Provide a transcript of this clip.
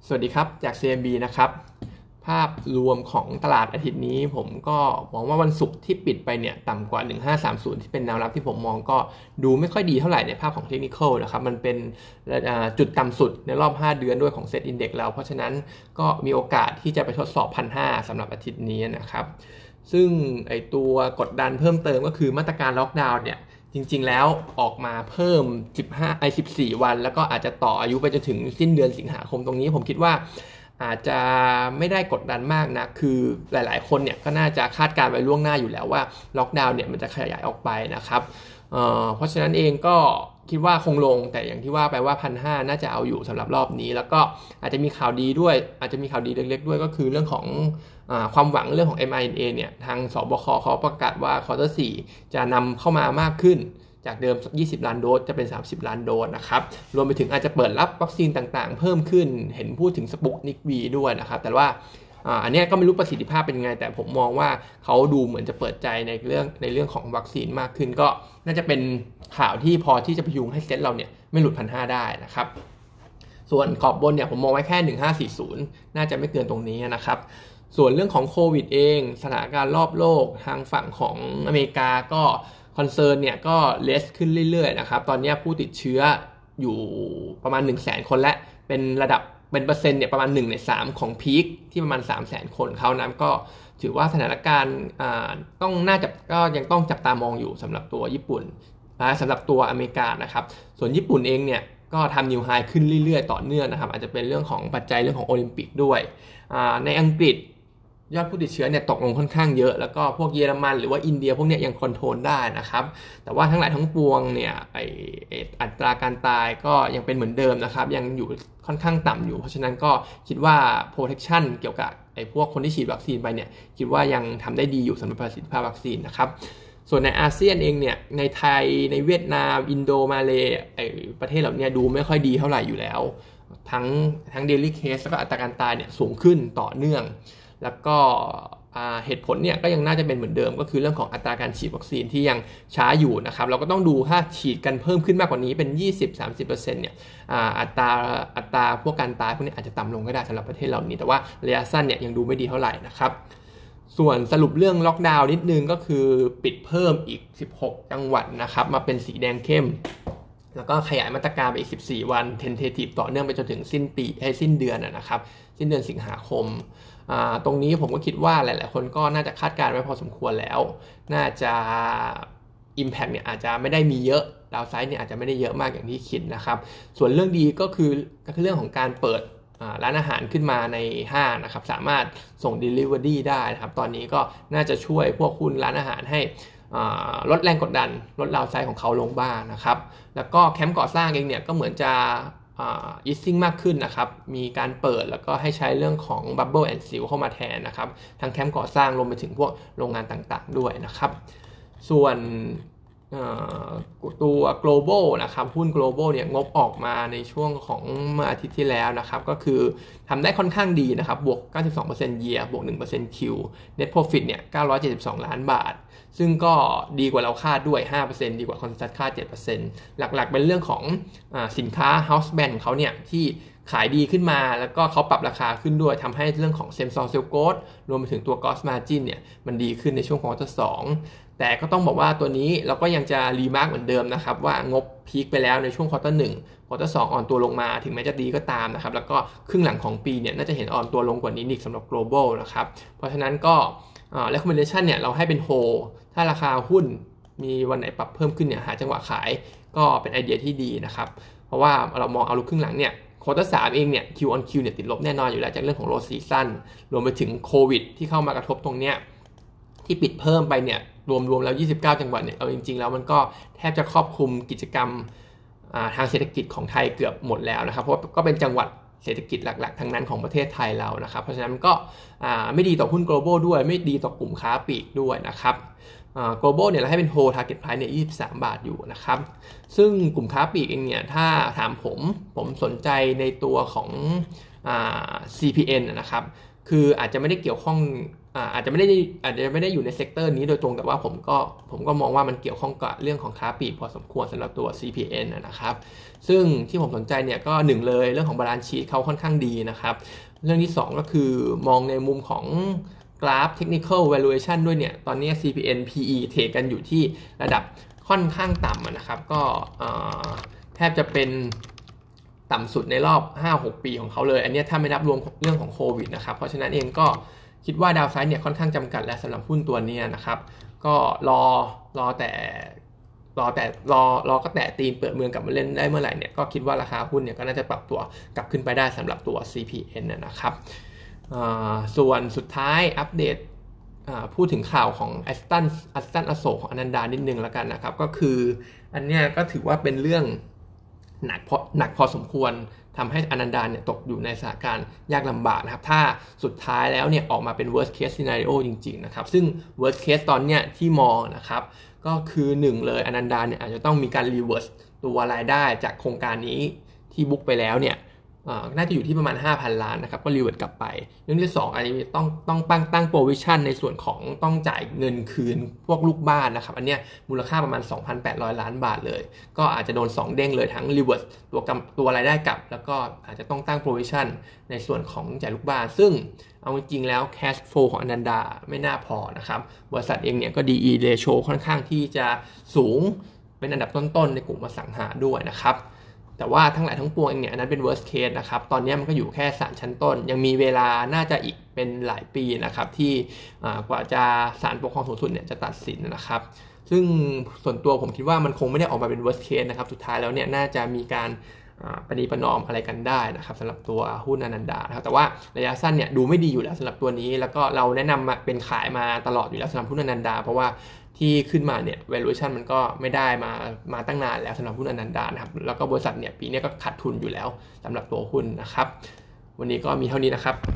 สวัสดีครับจาก CMB นะครับภาพรวมของตลาดอาทิตย์นี้ผมก็มองว่าวันศุกร์ที่ปิดไปเนี่ยต่ำกว่า1530ที่เป็นแนวรับที่ผมมองก็ดูไม่ค่อยดีเท่าไหร่ในภาพของเทคนิคอลนะครับมันเป็นจุดต่ำสุดในรอบ5เดือนด้วยของเซ็ตอินเด็กซ์แล้วเพราะฉะนั้นก็มีโอกาสที่จะไปทดสอบ 1,500 สำหรับอาทิตย์นี้นะครับซึ่งไอตัวกดดันเพิ่มเติมก็คือมาตรการล็อกดาวน์เนี่ยจริงๆแล้วออกมาเพิ่ม14 วันแล้วก็อาจจะต่ออายุไปจนถึงสิ้นเดือนสิงหาคมตรงนี้ผมคิดว่าอาจจะไม่ได้กดดันมากนะคือหลายๆคนเนี่ยก็น่าจะคาดการณ์ไว้ล่วงหน้าอยู่แล้วว่าล็อกดาวน์เนี่ยมันจะขยายออกไปนะครับเพราะฉะนั้นเองก็คิดว่าคงลงแต่อย่างที่ว่าไปว่า 1,500 น่าจะเอาอยู่สำหรับรอบนี้แล้วก็อาจจะมีข่าวดีด้วยอาจจะมีข่าวดีเล็กๆด้วยก็คือเรื่องของความหวังเรื่องของ mRNA เนี่ยทางสบคเขาประกาศว่าควอเตอร์4จะนำเข้ามามากขึ้นจากเดิม20ล้านโดสจะเป็น30ล้านโดสนะครับรวมไปถึงอาจจะเปิดรับวัคซีนต่างๆเพิ่มขึ้นเห็นพูดถึงสปุกนิกวีด้วยนะครับแต่ว่าอันนี้ก็ไม่รู้ประสิทธิภาพเป็นไงแต่ผมมองว่าเขาดูเหมือนจะเปิดใจในเรื่องของวัคซีนมากขึ้นก็น่าจะเป็นข่าวที่พอที่จะพยุงให้เซ็ตเราเนี่ยไม่หลุด 1,500 ได้นะครับส่วนขอบบนเนี่ยผมมองไว้แค่1540น่าจะไม่เกินตรงนี้นะครับส่วนเรื่องของโควิดเองสถานการณ์รอบโลกทางฝั่งของอเมริกาก็คอนเซิร์นเนี่ยก็เลสขึ้นเรื่อยๆนะครับตอนนี้ผู้ติดเชื้ออยู่ประมาณ 100,000 คนและเป็นระดับเป็นเปอร์เซ็นต์เนี่ยประมาณ1ใน3ของพีคที่ประมาณ 300,000 คนเขานั้นก็ถือว่าสถานการณ์ก็ยังต้องจับตามองอยู่สำหรับตัวญี่ปุ่นและสำหรับตัวอเมริกานะครับส่วนญี่ปุ่นเองเนี่ยก็ทำนิวไฮขึ้นเรื่อยๆต่อเนื่องนะครับอาจจะเป็นเรื่องของปัจจัยเรื่องของโอลิมปิกด้วยในอังกฤษยอดผู้ติดเชื้อเนี่ยตกลงค่อนข้างเยอะแล้วก็พวกเยอรมันหรือว่าอินเดียพวกเนี้ยยังคอนโทรลได้นะครับแต่ว่าทั้งหลายทั้งปวงเนี่ยอัตราการตายก็ยังเป็นเหมือนเดิมนะครับยังอยู่ค่อนข้างต่ำอยู่เพราะฉะนั้นก็คิดว่า protection เกี่ยวกับพวกคนที่ฉีดวัคซีนไปเนี่ยคิดว่ายังทำได้ดีอยู่สำหรับประสิทธิภาพวัคซีนนะครับส่วนในอาเซียนเองเนี่ยในไทยในเวียดนามอินโดมาเลประเทศเหล่านี้ดูไม่ค่อยดีเท่าไหร่อยู่แล้วทั้ง daily case แล้วก็อัตราการตายเนี่ยสูงขึ้นต่อเนื่องแล้วก็เหตุผลเนี่ยก็ยังน่าจะเป็นเหมือนเดิมก็คือเรื่องของอัตราการฉีดวัคซีนที่ยังช้าอยู่นะครับเราก็ต้องดูถ้าฉีดกันเพิ่มขึ้นมากกว่านี้เป็น 20-30% เนี่ยอัตราพวกการตายพวกนี้อาจจะต่ำลงก็ได้สำหรับประเทศเหล่านี้แต่ว่าระยะสั้นเนี่ยยังดูไม่ดีเท่าไหร่นะครับส่วนสรุปเรื่องล็อกดาวน์นิดนึงก็คือปิดเพิ่มอีก16จังหวัดนะครับมาเป็นสีแดงเข้มแล้วก็ขยายมาตรการไปอีก14วัน tentative ต่อเนื่องไปจนถึงสิ้นเดือนนะครับสิ้นเดือนสิงหาคมตรงนี้ผมก็คิดว่าหลายๆคนก็น่าจะคาดการณ์ไว้พอสมควรแล้วน่าจะ Impact เนี่ยอาจจะไม่ได้มีเยอะดาวไซด์เนี่ยอาจจะไม่ได้เยอะมากอย่างที่คิดนะครับส่วนเรื่องดีก็คือเรื่องของการเปิดร้านอาหารขึ้นมาในห้างนะครับสามารถส่ง Delivery ได้นะครับตอนนี้ก็น่าจะช่วยพวกคุณร้านอาหารให้ลดแรงกดดันลดดาวไซด์ของเขาลงบ้างนะครับแล้วก็แคมป์ก่อสร้างเองเนี่ยก็เหมือนจะอีสซิ่งมากขึ้นนะครับมีการเปิดแล้วก็ให้ใช้เรื่องของ Bubble and Seal เข้ามาแทนนะครับทั้งแคมป์ก่อสร้างรวมไปถึงพวกโรงงานต่างๆด้วยนะครับส่วนตัว global นะครับหุ้น global เนี่ยงบออกมาในช่วงของเมื่ออาทิตย์ที่แล้วนะครับก็คือทำได้ค่อนข้างดีนะครับบวก 92% year บวก 1% Q net profit เนี่ย972ล้านบาทซึ่งก็ดีกว่าเราคาดด้วย 5% ดีกว่าคอนเซ็ปต์คาด 7% หลักๆเป็นเรื่องของสินค้า house brand ของเขาเนี่ยที่ขายดีขึ้นมาแล้วก็เขาปรับราคาขึ้นด้วยทำให้เรื่องของ same store sales growth รวมไปถึงตัว gross margin เนี่ยมันดีขึ้นในช่วงควอเตอร์2แต่ก็ต้องบอกว่าตัวนี้เราก็ยังจะรีมาร์กเหมือนเดิมนะครับว่างบพีคไปแล้วในช่วงควอเตอร์1ควอเตอร์2อ่อนตัวลงมาถึงแม้จะดีก็ตามนะครับแล้วก็ครึ่งหลังของปีเนี่ยน่าจะเห็นอ่อนตัวลงกว่านี้อีกสำหรับ global นะครับเพราะฉะนั้นก็recommendation เนี่ยเราให้เป็น hold ถ้าราคาหุ้นมีวันไหนปรับเพิ่มขึ้นเนี่ยหาจังหวะขายก็เป็นไอเดียที่ดีนะครับเพราะว่าเรามองเอาลุกครึ่งหลังเนี่ยควอเตอร์3เองเนี่ย Q on Q เนี่ยติดลบแน่นอนอยู่แล้วจากเรื่องของ low season รวมไปถึงโควิดที่เข้ามากระทบตรงเนี้ยที่ปิดเพิ่มไปเนี่ยรวมแล้ว29จังหวัดเนี่ยเอาจริงๆแล้วมันก็แทบจะครอบคลุมกิจกรรมทางเศรษฐกิจของไทยเกือบหมดแล้วนะครับเพราะก็เป็นจังหวัดเศรษฐกิจหลักๆทั้งนั้นของประเทศไทยเรานะครับเพราะฉะนั้นก็ไม่ดีต่อหุ้น global ด้วยไม่ดีต่อกลุ่มค้าปลีกด้วยนะครับglobal เนี่ยเราให้เป็น hold target price เนี่ย23 บาทอยู่นะครับซึ่งกลุ่มค้าปลีกเองเนี่ยถ้าถามผมสนใจในตัวของCPN นะครับคืออาจจะไม่ได้เกี่ยวข้องอาจจะไม่ได้อยู่ในเซกเตอร์นี้โดยตรงแต่ว่าผมก็มองว่ามันเกี่ยวข้องกับเรื่องของค้าปลีกพอสมควรสำหรับตัว CPN นะครับซึ่งที่ผมสนใจเนี่ยก็หนึ่งเลยเรื่องของ balance sheet เขาค่อนข้างดีนะครับเรื่องที่2ก็คือมองในมุมของกราฟ technical valuation ด้วยเนี่ยตอนนี้ CPN PE เทรดกันอยู่ที่ระดับค่อนข้างต่ำนะครับก็แทบจะเป็นต่ำสุดในรอบ 5-6 ปีของเขาเลยอันนี้ถ้าไม่นับรวมเรื่องของโควิดนะครับเพราะฉะนั้นเองก็คิดว่าดาวไซด์เนี่ยค่อนข้างจำกัดและสำหรับหุ้นตัวนี้นะครับก็รอก็แตะตีนเปิดเมืองกลับมาเล่นได้เมื่อไหร่เนี่ยก็คิดว่าราคาหุ้นเนี่ยก็น่าจะปรับตัวกลับขึ้นไปได้สำหรับตัว CPN นะครับส่วนสุดท้ายอัปเดตพูดถึงข่าวของอัสตันอโศกของอนันดานิดนึงแล้วกันนะครับก็คืออันเนี้ยก็ถือว่าเป็นเรื่องหนักพอสมควรทำให้อนันดาเนี่ยตกอยู่ในสถานการณ์ยากลำบากนะครับถ้าสุดท้ายแล้วเนี่ยออกมาเป็น worst case scenario จริงๆนะครับซึ่ง worst case ตอนเนี้ยที่มองนะครับก็คือ1เลยอนันดาเนี่ยอาจจะต้องมีการ reverse ตัวรายได้จากโครงการนี้ที่บุ๊กไปแล้วเนี่ยน่าจะอยู่ที่ประมาณ 5,000 ล้านนะครับก็รีเวิร์สกลับไปเรื่องที่2อาจจะต้องตั้งโปรวิชั่นในส่วนของต้องจ่ายเงินคืนพวกลูกบ้านนะครับอันเนี้ยมูลค่าประมาณ 2,800 ล้านบาทเลยก็อาจจะโดน2เด้งเลยทั้งรีเวิร์สตัวรายได้กลับแล้วก็อาจจะต้องตั้งโปรวิชั่นในส่วนของจ่ายลูกบ้านซึ่งเอาจริงๆแล้ว cash flow ของอนันดาไม่น่าพอนะครับบริษัทเองเนี่ยก็ DE ratio ค่อนข้างที่จะสูงเป็นอันดับต้นๆในกลุ่มอสังหาด้วยนะครับแต่ว่าทั้งหลายทั้งปวงเองเนี่ยอันนั้นเป็น worst case นะครับตอนนี้มันก็อยู่แค่ศาลชั้นต้นยังมีเวลาน่าจะอีกเป็นหลายปีนะครับที่กว่าจะศาลปกครองสูงสุดเนี่ยจะตัดสินนะครับซึ่งส่วนตัวผมคิดว่ามันคงไม่ได้ออกมาเป็น worst case นะครับสุดท้ายแล้วเนี่ยน่าจะมีการประนีประนอมอะไรกันได้นะครับสำหรับตัวหุ้นอนันดานะครับแต่ว่าระยะสั้นเนี่ยดูไม่ดีอยู่แล้วสำหรับตัวนี้แล้วก็เราแนะนำมาเป็นขายมาตลอดอยู่แล้วสำหรับหุ้นอนันดาเพราะว่าที่ขึ้นมาเนี่ย valuation มันก็ไม่ได้มาตั้งนานแล้วสำหรับหุ้นอนันดานะครับแล้วก็บริษัทเนี่ยปีนี้ก็ขาดทุนอยู่แล้วสำหรับตัวหุ้นนะครับวันนี้ก็มีเท่านี้นะครับ